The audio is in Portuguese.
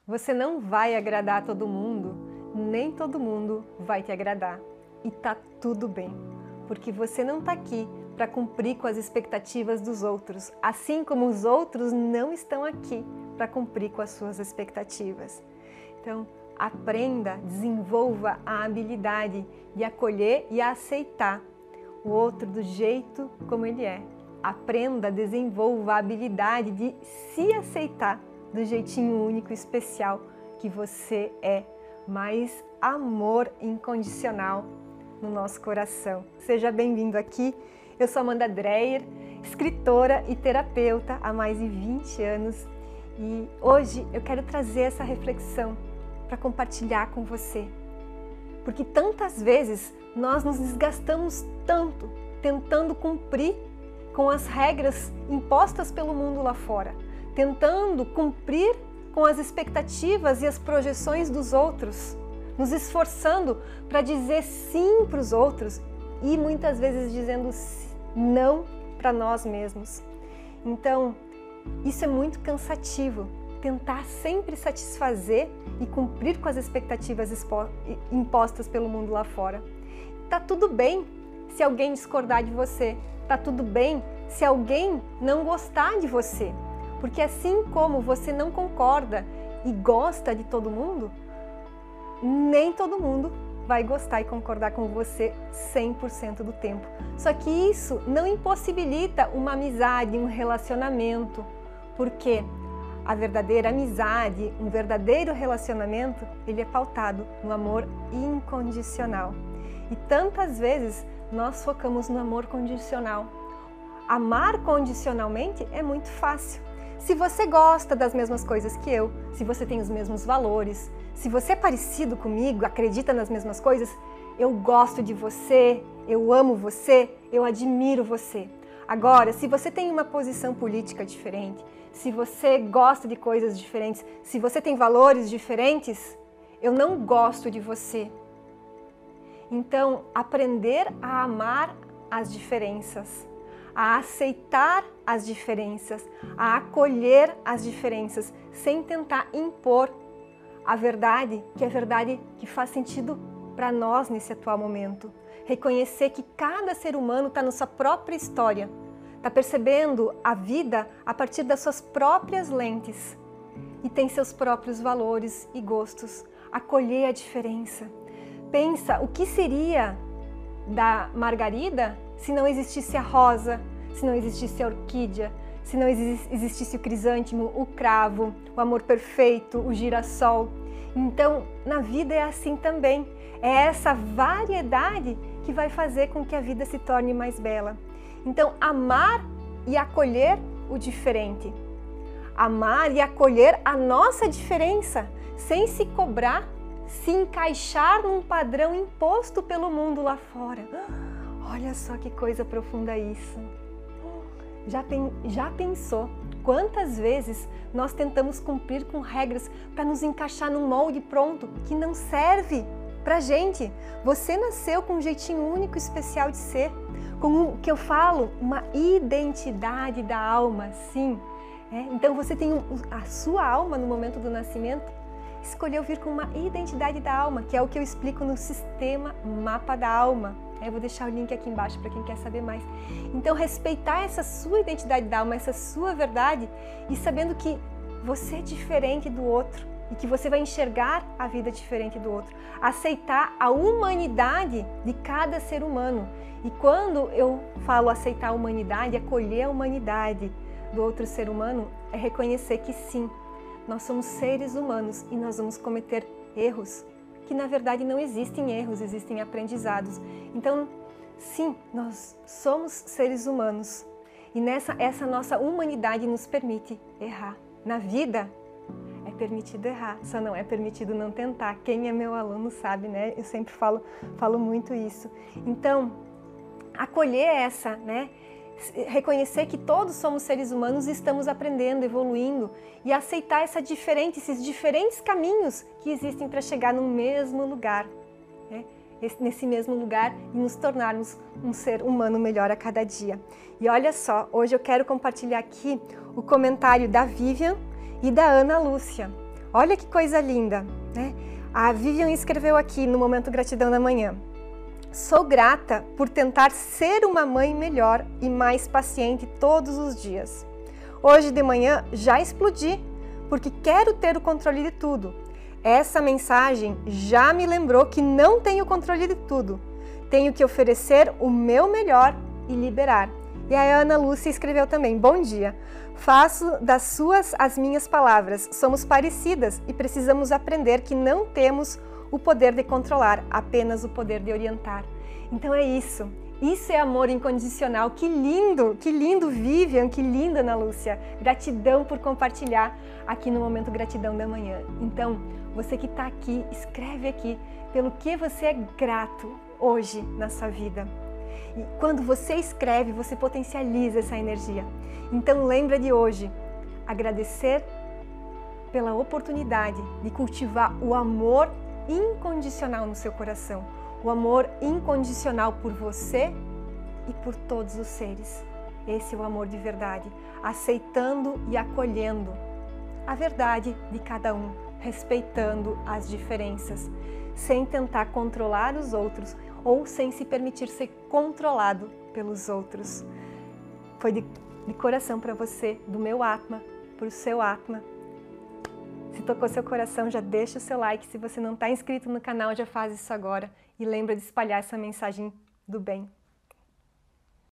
Você não vai agradar a todo mundo, nem todo mundo vai te agradar. E tá tudo bem, porque você não tá aqui para cumprir com as expectativas dos outros, assim como os outros não estão aqui para cumprir com as suas expectativas. Então, aprenda, desenvolva a habilidade de acolher e aceitar o outro do jeito como ele é. Aprenda, desenvolva a habilidade de se aceitar do jeitinho único e especial que você é. Mais amor incondicional no nosso coração. Seja bem-vindo aqui. Eu sou Amanda Dreyer, escritora e terapeuta há mais de 20 anos e hoje eu quero trazer essa reflexão para compartilhar com você. Porque tantas vezes nós nos desgastamos tanto tentando cumprir com as regras impostas pelo mundo lá fora, tentando cumprir com as expectativas e as projeções dos outros, nos esforçando para dizer sim para os outros e muitas vezes dizendo não para nós mesmos. Então, isso é muito cansativo, tentar sempre satisfazer e cumprir com as expectativas impostas pelo mundo lá fora. Tá tudo bem se alguém discordar de você, tá tudo bem se alguém não gostar de você, porque assim como você não concorda e gosta de todo mundo, nem todo mundo vai gostar e concordar com você 100% do tempo. Só que isso não impossibilita uma amizade, um relacionamento, porque a verdadeira amizade, um verdadeiro relacionamento, ele é pautado no amor incondicional. E tantas vezes nós focamos no amor condicional. Amar condicionalmente é muito fácil. Se você gosta das mesmas coisas que eu, se você tem os mesmos valores, se você é parecido comigo, acredita nas mesmas coisas, eu gosto de você, eu amo você, eu admiro você. Agora, se você tem uma posição política diferente, se você gosta de coisas diferentes, se você tem valores diferentes, eu não gosto de você. Então, aprender a amar as diferenças, a aceitar as diferenças, a acolher as diferenças, sem tentar impor a verdade, que é a verdade que faz sentido para nós nesse atual momento. Reconhecer que cada ser humano está na sua própria história, está percebendo a vida a partir das suas próprias lentes e tem seus próprios valores e gostos. Acolher a diferença. Pensa o que seria da margarida se não existisse a rosa, se não existisse a orquídea, se não existisse o crisântemo, o cravo, o amor perfeito, o girassol. Então, na vida é assim também. É essa variedade que vai fazer com que a vida se torne mais bela. Então, amar e acolher o diferente. Amar e acolher a nossa diferença, sem se cobrar, se encaixar num padrão imposto pelo mundo lá fora. Olha só que coisa profunda isso. Já pensou quantas vezes nós tentamos cumprir com regras para nos encaixar num molde pronto que não serve pra gente? Você nasceu com um jeitinho único e especial de ser, com o que eu falo, uma identidade da alma, sim. Então você tem a sua alma no momento do nascimento, escolheu vir com uma identidade da alma, que é o que eu explico no sistema Mapa da Alma. Eu vou deixar o link aqui embaixo para quem quer saber mais. Então, respeitar essa sua identidade da alma, essa sua verdade, e sabendo que você é diferente do outro e que você vai enxergar a vida diferente do outro. Aceitar a humanidade de cada ser humano. E quando eu falo aceitar a humanidade, acolher a humanidade do outro ser humano, é reconhecer que sim, nós somos seres humanos e nós vamos cometer erros, que na verdade não existem erros, existem aprendizados. Então, sim, nós somos seres humanos e essa nossa humanidade nos permite errar. Na vida é permitido errar, só não é permitido não tentar. Quem é meu aluno sabe, né? Eu sempre falo muito isso. Então, acolher essa, né? Reconhecer que todos somos seres humanos e estamos aprendendo, evoluindo e aceitar esses diferentes caminhos que existem para chegar no mesmo lugar, né? Nesse mesmo lugar e nos tornarmos um ser humano melhor a cada dia. E olha só, hoje eu quero compartilhar aqui o comentário da Vivian e da Ana Lúcia. Olha que coisa linda, né? A Vivian escreveu aqui no Momento Gratidão da Manhã: sou grata por tentar ser uma mãe melhor e mais paciente todos os dias. Hoje de manhã já explodi, porque quero ter o controle de tudo. Essa mensagem já me lembrou que não tenho controle de tudo. Tenho que oferecer o meu melhor e liberar. E a Ana Lúcia escreveu também: bom dia. Faço das suas as minhas palavras. Somos parecidas e precisamos aprender que não temos o poder de controlar, apenas o poder de orientar. Então é isso. Isso é amor incondicional. Que lindo, Vivian, que linda, Ana Lúcia. Gratidão por compartilhar aqui no Momento Gratidão da Manhã. Então, você que está aqui, escreve aqui pelo que você é grato hoje na sua vida. E quando você escreve, você potencializa essa energia. Então lembra de hoje, agradecer pela oportunidade de cultivar o amor incondicional no seu coração. O amor incondicional por você e por todos os seres. Esse é o amor de verdade, aceitando e acolhendo a verdade de cada um, respeitando as diferenças, sem tentar controlar os outros ou sem se permitir ser controlado pelos outros. Foi de coração para você, do meu Atma, para o seu Atma. Se tocou seu coração, já deixa o seu like. Se você não está inscrito no canal, já faz isso agora. E lembra de espalhar essa mensagem do bem.